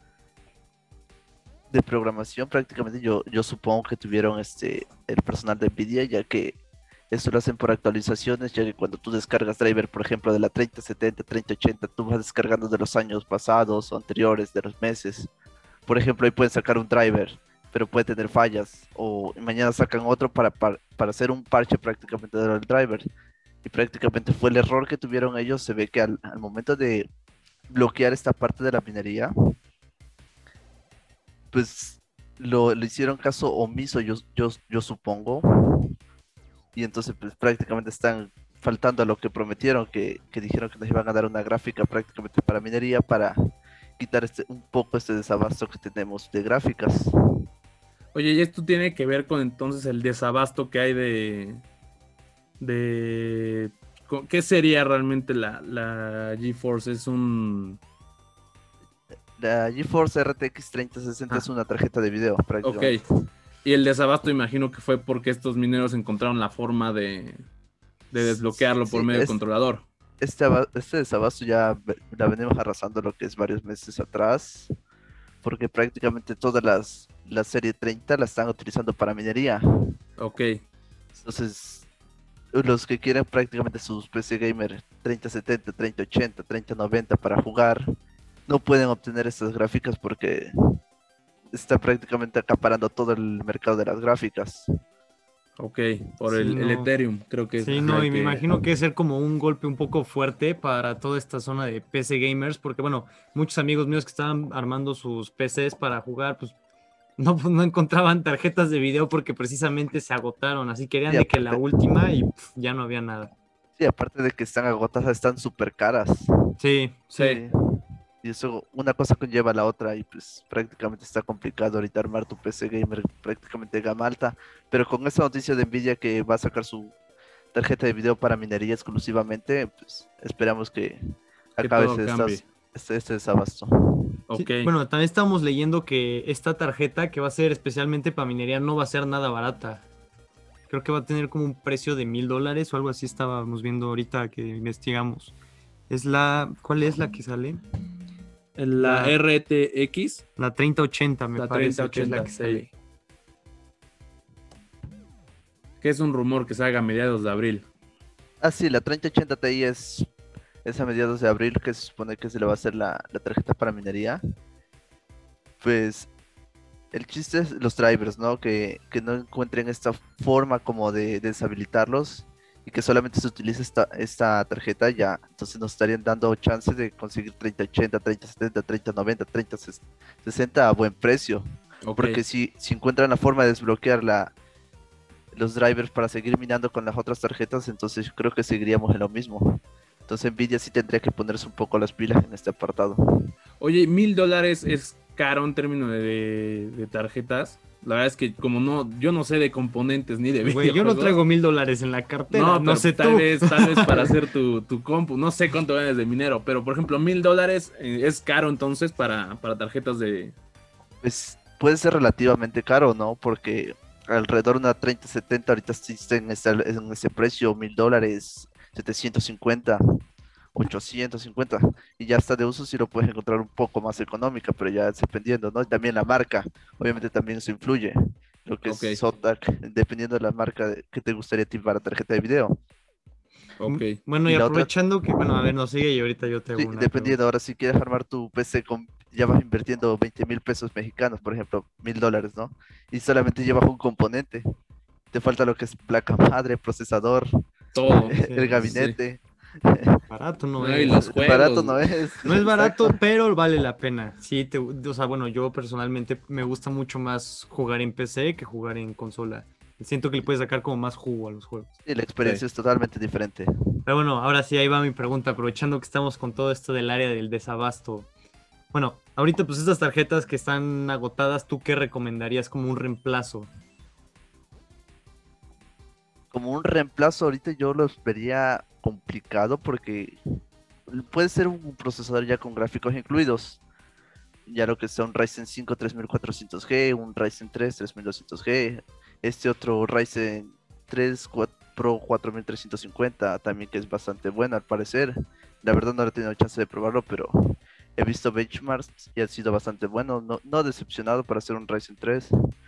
de programación. Prácticamente yo supongo que tuvieron el personal de Nvidia, ya que esto lo hacen por actualizaciones, ya que cuando tú descargas driver, por ejemplo, de la 3070, 3080, tú vas descargando de los años pasados o anteriores, de los meses. Por ejemplo, ahí pueden sacar un driver, pero puede tener fallas, o mañana sacan otro para hacer un parche prácticamente del driver. Y prácticamente fue el error que tuvieron ellos. Se ve que al momento de bloquear esta parte de la minería, pues le hicieron caso omiso, yo supongo. Y entonces pues prácticamente están faltando a lo que prometieron, que dijeron que nos iban a dar una gráfica prácticamente para minería, para quitar un poco este desabasto que tenemos de gráficas. Oye, y esto tiene que ver con entonces el desabasto que hay ¿qué sería realmente la GeForce? Es La GeForce RTX 3060 es una tarjeta de video prácticamente. Ok. Y el desabasto imagino que fue porque estos mineros encontraron la forma de desbloquearlo por Sí, medio del controlador. este desabasto ya la venimos arrasando lo que es varios meses atrás, porque prácticamente la serie 30 la están utilizando para minería. Ok, Entonces, los que quieren prácticamente sus PC Gamer 3070, 3080, 3090 para jugar, no pueden obtener estas gráficas porque está prácticamente acaparando todo el mercado de las gráficas. ok, por Sí, el no. Ethereum, creo que es. Sí, ajá, no, el y me que- imagino que es ser como un golpe un poco fuerte para toda esta zona de PC gamers, porque bueno, muchos amigos míos que estaban armando sus PCs para jugar, pues no encontraban tarjetas de video porque precisamente se agotaron, así querían Y de que la aparte, última y ya no había nada. sí, aparte de que están agotadas, están súper caras. Sí, Sí, Sí. Y eso, una cosa conlleva a la otra y pues prácticamente está complicado ahorita armar tu PC gamer prácticamente de gama alta. Pero con esta noticia de Nvidia que va a sacar su tarjeta de video para minería exclusivamente, pues esperamos que que acabe todo cambie. este desabasto. sí. Ok, Bueno, también estamos leyendo que esta tarjeta que va a ser especialmente para minería no va a ser nada barata. Creo que va a tener como un precio de $1,000 o algo así estábamos viendo ahorita que investigamos. ¿Cuál es la que sale? la La, RTX, la 3080 me la parece que es la 3080, que sale. sí. Que es un rumor que salga a mediados de abril. Ah, sí, la 3080 Ti es a mediados de abril que se supone que se le va a hacer la tarjeta para minería. Pues el chiste es los drivers, ¿no? Que no encuentren esta forma como de deshabilitarlos y que solamente se utilice esta tarjeta ya. Entonces nos estarían dando chance de conseguir 3080, 3070, 3090, 3060 a buen precio. Ok, Porque si encuentran la forma de desbloquear los drivers para seguir minando con las otras tarjetas, entonces creo que seguiríamos en lo mismo. Entonces Nvidia sí tendría que ponerse un poco las pilas en este apartado. oye, $1,000 es caro en términos de tarjetas. La verdad es que como no, yo no sé de componentes ni de Güey, yo no videojuegos. traigo $1,000 en la cartera, No, no pero sé tal tú. vez, para hacer tu compu. No sé cuánto ganas de minero, pero por ejemplo, $1,000 es caro entonces para tarjetas de. Pues puede ser relativamente caro, ¿no? Porque alrededor de una 3070 ahorita sí está en ese precio, $1,000, 750, 850. Y ya está de uso si lo puedes encontrar un poco más económica, pero ya es dependiendo, ¿no? Y también la marca, obviamente también eso influye. Lo que Ok, es Zotac, dependiendo de la marca que te gustaría a ti para tarjeta de video. ok. Bueno, Y y la otra, aprovechando que, bueno, a ver, nos sigue y ahorita yo te hago sí, una dependiendo, pregunta. ahora si quieres armar tu PC ya vas invirtiendo 20,000 pesos mexicanos, por ejemplo, $1,000, ¿no? Y solamente llevas un componente. Te falta lo que es placa madre, procesador, Todo. el Sí, Sí. gabinete. barato no No, y es. los Barato juegos. no es. No es Exacto. barato, pero vale la pena. Sí, o sea, bueno, yo personalmente me gusta mucho más jugar en PC que jugar en consola. Siento que le puedes sacar como más jugo a los juegos. Y la Sí. experiencia es totalmente diferente. Pero bueno, ahora sí, ahí va mi pregunta, aprovechando que estamos con todo esto del área del desabasto. Bueno, ahorita pues estas tarjetas que están agotadas, ¿tú qué recomendarías como un reemplazo? Como un reemplazo, ahorita yo los vería complicado porque puede ser un procesador ya con gráficos incluidos. Ya lo que sea un Ryzen 5 3400G, un Ryzen 3 3200G, este otro Ryzen 3 Pro 4350 también que es bastante bueno al parecer. La verdad no he tenido chance de probarlo, pero he visto benchmarks y ha sido bastante bueno, no decepcionado para hacer un Ryzen 3.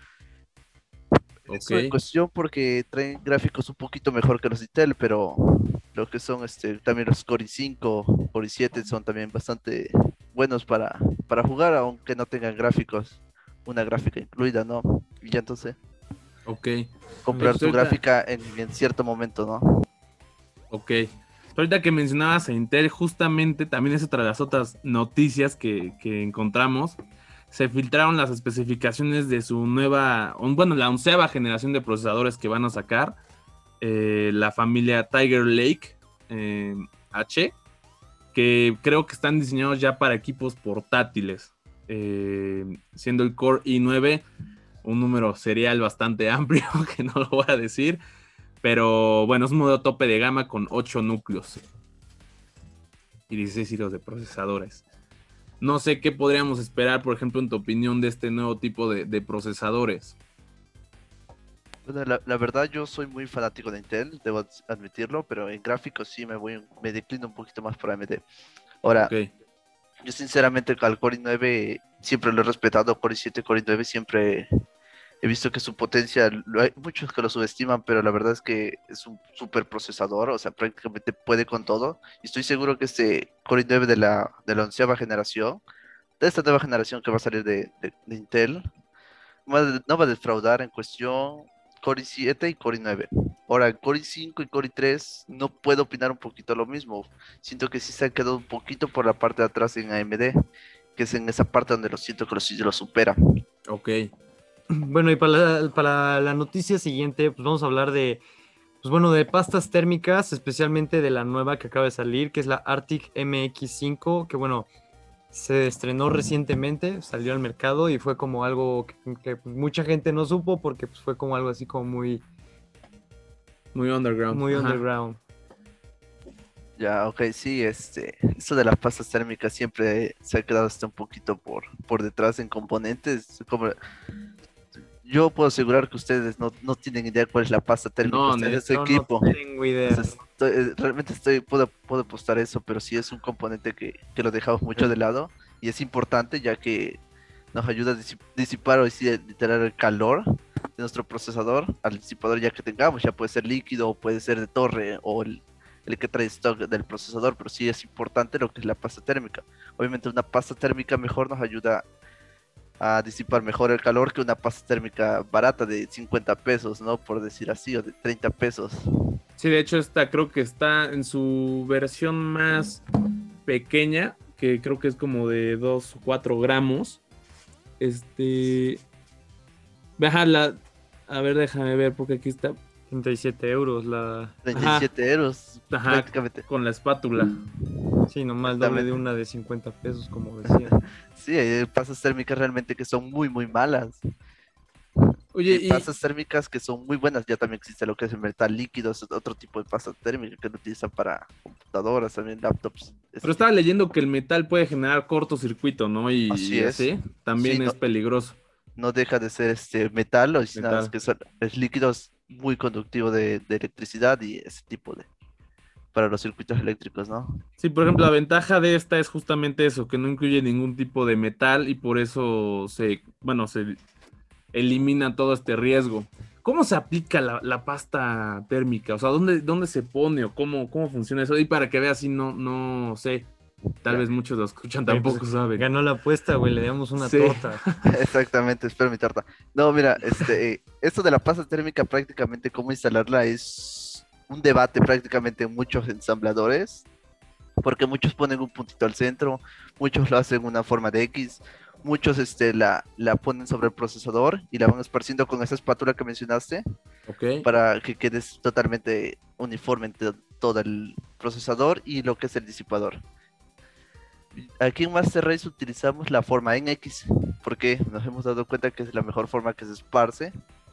Ok. Eso en cuestión porque traen gráficos un poquito mejor que los Intel, pero lo que son también los Core i5, Core i7 son también bastante buenos para jugar, aunque no tengan gráficos, una gráfica incluida, ¿no? Y ya entonces Ok. comprar Pues tu ahorita, gráfica en cierto momento, ¿no? ok. Ahorita que mencionabas a Intel, justamente también es otra de las otras noticias que encontramos. Se filtraron las especificaciones de su bueno, la 11ª generación de procesadores que van a sacar. La familia Tiger Lake H, que creo que están diseñados ya para equipos portátiles. Siendo el Core i9 un número serial bastante amplio, que no lo voy a decir. Pero bueno, es un modelo tope de gama con 8 núcleos y 16 hilos de procesadores. No sé qué podríamos esperar, por ejemplo, en tu opinión de este nuevo tipo de procesadores. Bueno, la verdad yo soy muy fanático de Intel, debo admitirlo, pero en gráficos sí me declino un poquito más por AMD. Ahora, Ok, yo sinceramente al Core i9 siempre lo he respetado, Core i7, Core i9 siempre he visto que su potencia, hay muchos que lo subestiman, pero la verdad es que es un super procesador, o sea, prácticamente puede con todo. Y estoy seguro que este Core i9 de la onceava generación, de esta nueva generación que va a salir de Intel, no va a defraudar en cuestión Core i7 y Core i9. Ahora, Core i5 y Core i3 no puedo opinar un poquito lo mismo. Siento que sí se han quedado un poquito por la parte de atrás en AMD, que es en esa parte donde lo siento que lo supera. ok. Bueno, y para la noticia siguiente, pues vamos a hablar de, pues bueno, de pastas térmicas, especialmente de la nueva que acaba de salir, que es la Arctic MX5, que bueno, se estrenó recientemente, salió al mercado y fue como algo que, pues, mucha gente no supo porque pues, fue como algo así como muy, Muy underground. muy Ajá. underground. Ya, ok, sí, esto de las pastas térmicas siempre se ha quedado hasta un poquito por detrás en componentes. Como, yo puedo asegurar que ustedes no tienen idea cuál es la pasta térmica. No, Ustedes de su Yo no equipo. tengo O sea, idea. realmente puedo apostar eso, pero sí es un componente que lo dejamos mucho de lado y es importante ya que nos ayuda a disipar o sí, literal el calor de nuestro procesador al disipador ya que tengamos, ya puede ser líquido o puede ser de torre o el que trae stock del procesador, pero sí es importante lo que es la pasta térmica. Obviamente una pasta térmica mejor nos ayuda a disipar mejor el calor que una pasta térmica barata de 50 pesos, ¿no? Por decir así, o de 30 pesos. Sí, de hecho, esta creo que está en su versión más pequeña, que creo que es como de 2 o 4 gramos. Ajá, a ver, déjame ver, porque aquí está. 37 euros la... 37 euros Ajá, prácticamente. con la espátula. Sí, nomás el doble de Exactamente. una de 50 pesos, como decía. Sí, hay pastas térmicas realmente que son muy, muy malas. Y Oye, hay pastas térmicas que son muy buenas. Ya también existe lo que es el metal líquido, es otro tipo de pasta térmica que lo utilizan para computadoras, también laptops. pero estaba leyendo que el metal puede generar cortocircuito, ¿no? Así Y es. así, Sí, también es peligroso. no deja de ser metal, o si nada, es Metal. que es líquido, es muy conductivo de electricidad y ese tipo para los circuitos eléctricos, ¿no? Sí, por ejemplo, la ventaja de esta es justamente eso, que no incluye ningún tipo de metal y por eso se elimina todo este riesgo. ¿Cómo se aplica la pasta térmica? O sea, ¿dónde se pone o cómo funciona eso? Y para que veas, si no sé, tal Ya. vez muchos lo escuchan, Güey, pues, tampoco saben. ganó la apuesta, güey, le damos una Sí. torta. Exactamente, espero mi tarta. No, mira, esto de la pasta térmica prácticamente cómo instalarla es un debate prácticamente en muchos ensambladores, porque muchos ponen un puntito al centro, muchos lo hacen una forma de X, muchos la ponen sobre el procesador y la van esparciendo con esa espátula que mencionaste Ok. para que quede totalmente uniforme entre todo el procesador y lo que es el disipador. Aquí en Master Race utilizamos la forma en X, porque nos hemos dado cuenta que es la mejor forma que se esparce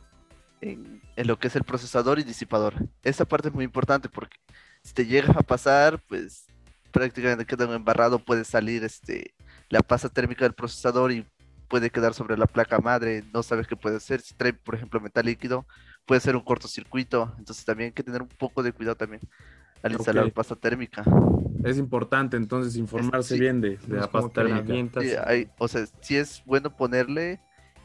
en lo que es el procesador y disipador. Esta parte es muy importante porque si te llegas a pasar, pues prácticamente queda un embarrado, puede salir la pasta térmica del procesador y puede quedar sobre la placa madre, no sabes qué puede hacer. Si trae, por ejemplo, metal líquido, puede ser un cortocircuito, entonces también hay que tener un poco de cuidado también al instalar Ok. pasta térmica. Es importante entonces informarse Sí, bien de No es la como pasta que la térmica. avientas. sí, o sea, sí es bueno ponerle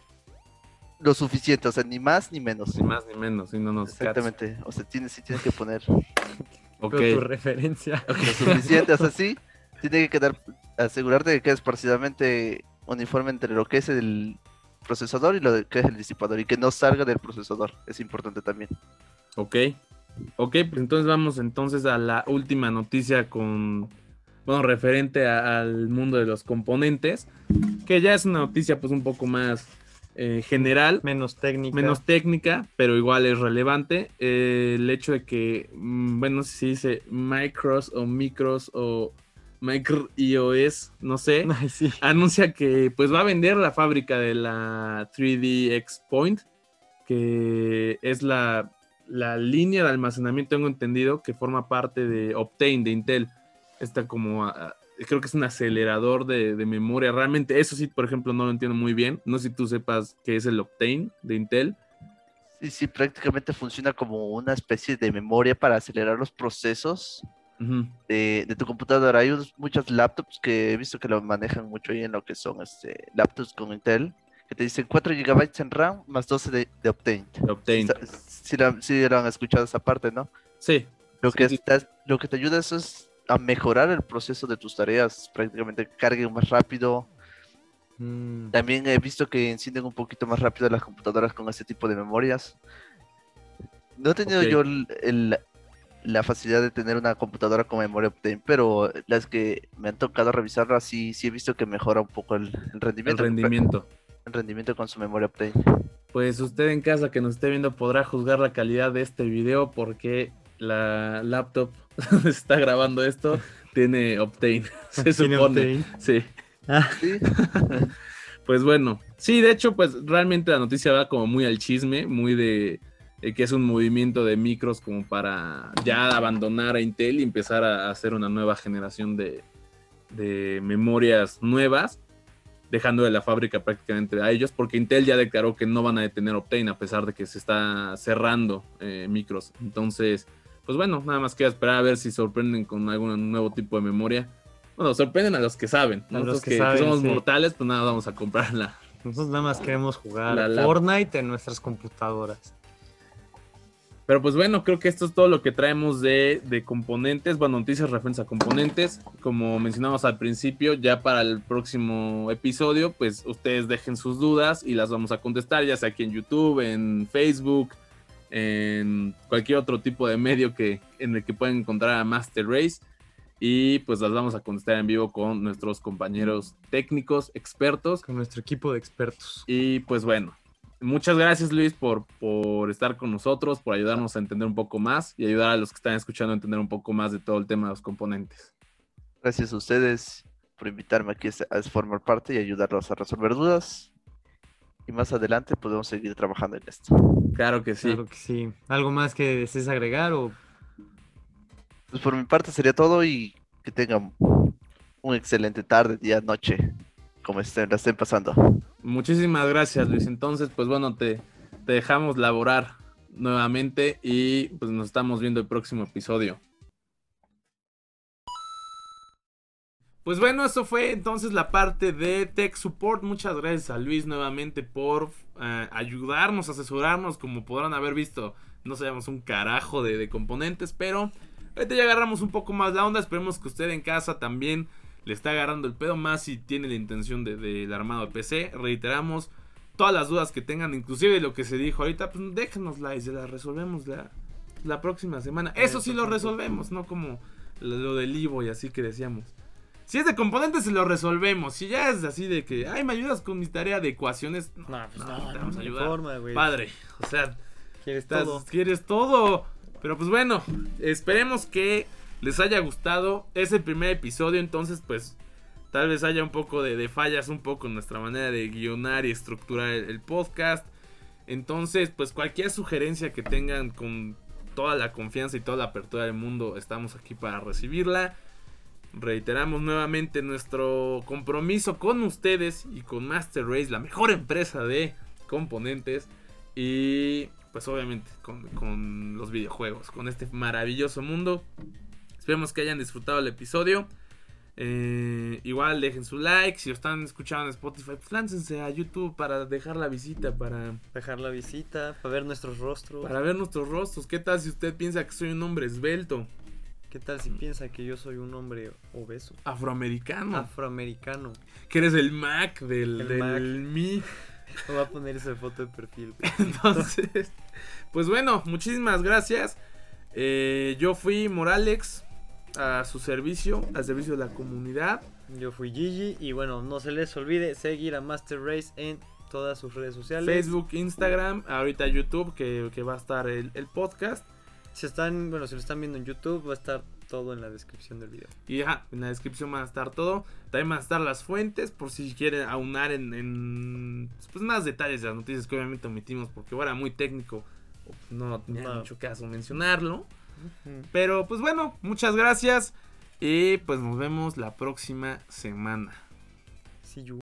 lo suficiente, o sea, ni más ni menos. Ni más ni menos, si no nos cacha. Exactamente, o sea, sí tienes que poner Ok. Pero tu referencia. lo suficiente, o sea, sí, tiene que quedar, asegurarte de que quede esparcidamente uniforme entre lo que es el procesador y que es el disipador y que no salga del procesador, es importante también. Ok. Ok, pues entonces vamos entonces a la última noticia bueno, referente al mundo de los componentes, que ya es una noticia pues un poco más general, Menos técnica. menos técnica, pero igual es relevante. El hecho de que, bueno, no sé si dice Micros o Micro iOS, no sé, Ay, sí. anuncia que pues va a vender la fábrica de la 3D Point, que es la línea de almacenamiento, tengo entendido, que forma parte de Optane de Intel. Está como, creo que es un acelerador de memoria. Realmente, eso sí, por ejemplo, no lo entiendo muy bien. No sé si tú sepas qué es el Optane de Intel. Sí, sí, prácticamente funciona como una especie de memoria para acelerar los procesos Ujú. de tu computadora. Hay muchas laptops que he visto que lo manejan mucho ahí en lo que son laptops con Intel, que te dicen 4 gigabytes en RAM más 12 de Optane. Sí, Obtain. sí lo han escuchado esa parte, ¿no? Sí, Lo sí, que, sí. lo que te ayuda eso es a mejorar el proceso de tus tareas, prácticamente carguen más rápido. Mm, También he visto que encienden un poquito más rápido las computadoras con este tipo de memorias. No he tenido Ok. yo la facilidad de tener una computadora con memoria Optane, pero las que me han tocado revisarlo así, sí he visto que mejora un poco el El rendimiento, rendimiento. el rendimiento con su memoria Optane. Pues usted en casa que nos esté viendo podrá juzgar la calidad de este video porque la laptop está grabando esto, tiene Optane, se Tiene supone. Optane. Sí. Ah, Sí, Pues bueno, sí, de hecho, pues realmente la noticia va como muy al chisme, muy de que es un movimiento de micros como para ya abandonar a Intel y empezar a hacer una nueva generación de memorias nuevas, dejando de la fábrica prácticamente a ellos, porque Intel ya declaró que no van a detener Optane a pesar de que se está cerrando micros. Entonces, pues bueno, nada más queda esperar a ver si sorprenden con algún nuevo tipo de memoria. Bueno, sorprenden a los que saben. a los Nosotros que que saben, somos sí. mortales, pues nada, vamos a comprarla. Nosotros nada más queremos jugar La lap. Fortnite en nuestras computadoras. Pero pues bueno, creo que esto es todo lo que traemos de componentes, bueno, noticias referentes a componentes. Como mencionamos al principio, ya para el próximo episodio, pues ustedes dejen sus dudas y las vamos a contestar, ya sea aquí en YouTube, en Facebook, en cualquier otro tipo de medio en el que puedan encontrar a Master Race. Y pues las vamos a contestar en vivo con nuestros compañeros técnicos, expertos. Con nuestro equipo de expertos. Y pues bueno, muchas gracias Luis por estar con nosotros, por ayudarnos a entender un poco más y ayudar a los que están escuchando a entender un poco más de todo el tema de los componentes. gracias a ustedes por invitarme aquí a formar parte y ayudarlos a resolver dudas. Y más adelante podemos seguir trabajando en esto. Claro que sí. Claro que sí. ¿Algo más que desees agregar o Pues por mi parte sería todo y que tengan un excelente tarde, día, noche, como la estén pasando. Muchísimas gracias Luis. Entonces, pues bueno, te dejamos laborar nuevamente y pues nos estamos viendo el próximo episodio. Pues bueno, eso fue entonces la parte de Tech Support. Muchas gracias a Luis nuevamente por ayudarnos, asesorarnos. Como podrán haber visto, no sabemos un carajo de componentes, pero ahorita ya agarramos un poco más la onda. Esperemos que usted en casa también le esté agarrando el pedo, más si tiene la intención del armado de PC. Reiteramos, todas las dudas que tengan, inclusive lo que se dijo ahorita, pues déjenosla y se la resolvemos la próxima semana. Eso sí lo resolvemos, no como lo del Ivo y así que decíamos. Si es de componentes, se lo resolvemos. Si ya es así de que, ay, me ayudas con mi tarea de ecuaciones, no, te vamos a ayudar. forma, güey. Padre, o sea, Todo. quieres todo. Pero pues bueno, esperemos que les haya gustado. Es el primer episodio, entonces pues tal vez haya un poco de fallas, un poco en nuestra manera de guionar y estructurar el podcast. Entonces, pues cualquier sugerencia que tengan, con toda la confianza y toda la apertura del mundo, estamos aquí para recibirla. Reiteramos nuevamente nuestro compromiso con ustedes y con Master Race, la mejor empresa de componentes. Y pues obviamente con los videojuegos, con este maravilloso mundo. Esperemos que hayan disfrutado el episodio. Igual dejen su like. Si lo están escuchando en Spotify, pues láncense a YouTube para dejar la visita, para Dejar la visita, para ver nuestros rostros. para ver nuestros rostros. ¿Qué tal si usted piensa que soy un hombre esbelto, ¿Qué tal si piensa que yo soy un hombre obeso? afroamericano? Afroamericano. Que eres el Mac del Mac. Mi. Me voy a poner esa foto de perfil. Entonces, pues bueno, muchísimas gracias. Yo fui Moralex, a su servicio, al servicio de la comunidad. Yo fui Gigi y bueno, no se les olvide seguir a Master Race en todas sus redes sociales. Facebook, Instagram, ahorita YouTube, que va a estar el podcast. Si lo están viendo en YouTube, va a estar todo en la descripción del video. Y en la descripción va a estar todo. También van a estar las fuentes, por si quieren aunar en pues, más detalles de las noticias que obviamente omitimos, porque era muy técnico. No tenía mucho caso mencionarlo. Pero pues bueno, muchas gracias. Y pues nos vemos la próxima semana. See you.